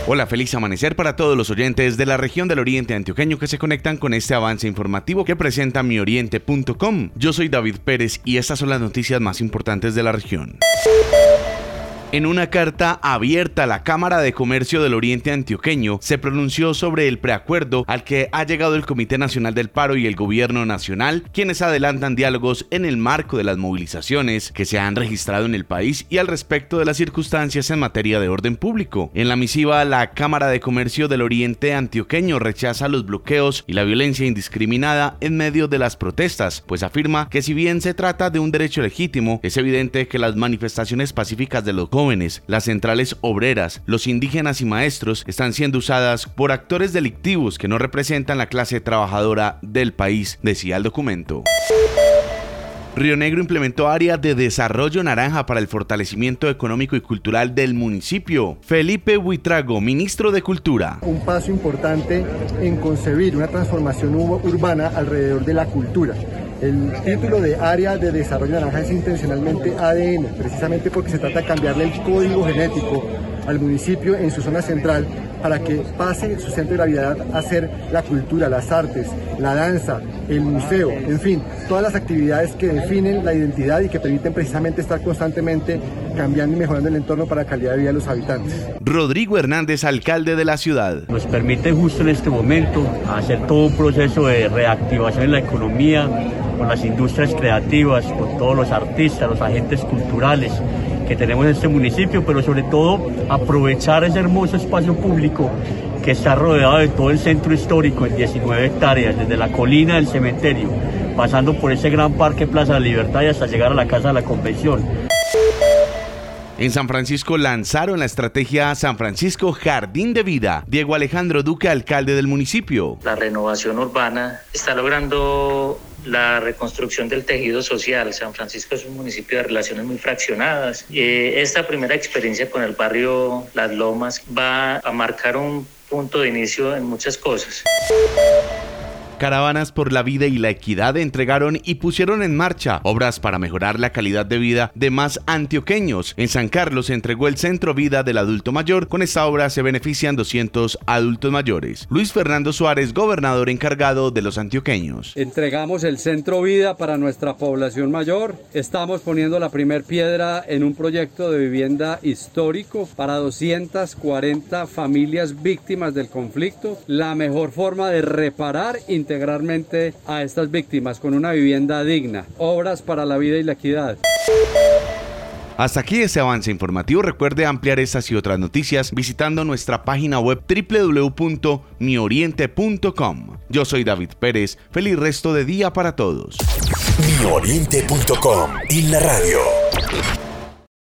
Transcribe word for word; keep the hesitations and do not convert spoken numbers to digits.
Hola, feliz amanecer para todos los oyentes de la región del Oriente Antioqueño que se conectan con este avance informativo que presenta mi oriente punto com. Yo soy David Pérez y estas son las noticias más importantes de la región. En una carta abierta, la Cámara de Comercio del Oriente Antioqueño se pronunció sobre el preacuerdo al que ha llegado el Comité Nacional del Paro y el Gobierno Nacional, quienes adelantan diálogos en el marco de las movilizaciones que se han registrado en el país y al respecto de las circunstancias en materia de orden público. En la misiva, la Cámara de Comercio del Oriente Antioqueño rechaza los bloqueos y la violencia indiscriminada en medio de las protestas, pues afirma que si bien se trata de un derecho legítimo, es evidente que las manifestaciones pacíficas de los jóvenes jóvenes, las centrales obreras, los indígenas y maestros están siendo usadas por actores delictivos que no representan la clase trabajadora del país, decía el documento. Río Negro implementó área de desarrollo naranja para el fortalecimiento económico y cultural del municipio. Felipe Buitrago, ministro de Cultura. Un paso importante en concebir una transformación urbana alrededor de la cultura. El título de área de desarrollo naranja es intencionalmente A D N, precisamente porque se trata de cambiarle el código genético al municipio en su zona central para que pase su centro de gravedad a ser la cultura, las artes, la danza, el museo, en fin, todas las actividades que definen la identidad y que permiten precisamente estar constantemente cambiando y mejorando el entorno para la calidad de vida de los habitantes. Rodrigo Hernández, alcalde de la ciudad. Nos permite justo en este momento hacer todo un proceso de reactivación en la economía, con las industrias creativas, con todos los artistas, los agentes culturales que tenemos en este municipio, pero sobre todo aprovechar ese hermoso espacio público que está rodeado de todo el centro histórico en diecinueve hectáreas, desde la colina del cementerio, pasando por ese gran parque Plaza de la Libertad y hasta llegar a la Casa de la Convención. En San Francisco lanzaron la estrategia San Francisco Jardín de Vida. Diego Alejandro Duque, alcalde del municipio. La renovación urbana está logrando la reconstrucción del tejido social. San Francisco es un municipio de relaciones muy fraccionadas. Eh, esta primera experiencia con el barrio Las Lomas va a marcar un punto de inicio en muchas cosas. Caravanas por la Vida y la Equidad entregaron y pusieron en marcha obras para mejorar la calidad de vida de más antioqueños. En San Carlos se entregó el Centro Vida del Adulto Mayor. Con esta obra se benefician doscientos adultos mayores. Luis Fernando Suárez, gobernador encargado de los antioqueños. Entregamos el Centro Vida para nuestra población mayor. Estamos poniendo la primer piedra en un proyecto de vivienda histórico para doscientas cuarenta familias víctimas del conflicto. La mejor forma de reparar integralmente a estas víctimas con una vivienda digna. Obras para la vida y la equidad. Hasta aquí este avance informativo. Recuerde ampliar estas y otras noticias visitando nuestra página web doble u doble u doble u punto mi oriente punto com. Yo soy David Pérez. Feliz resto de día para todos. mi oriente punto com y la radio.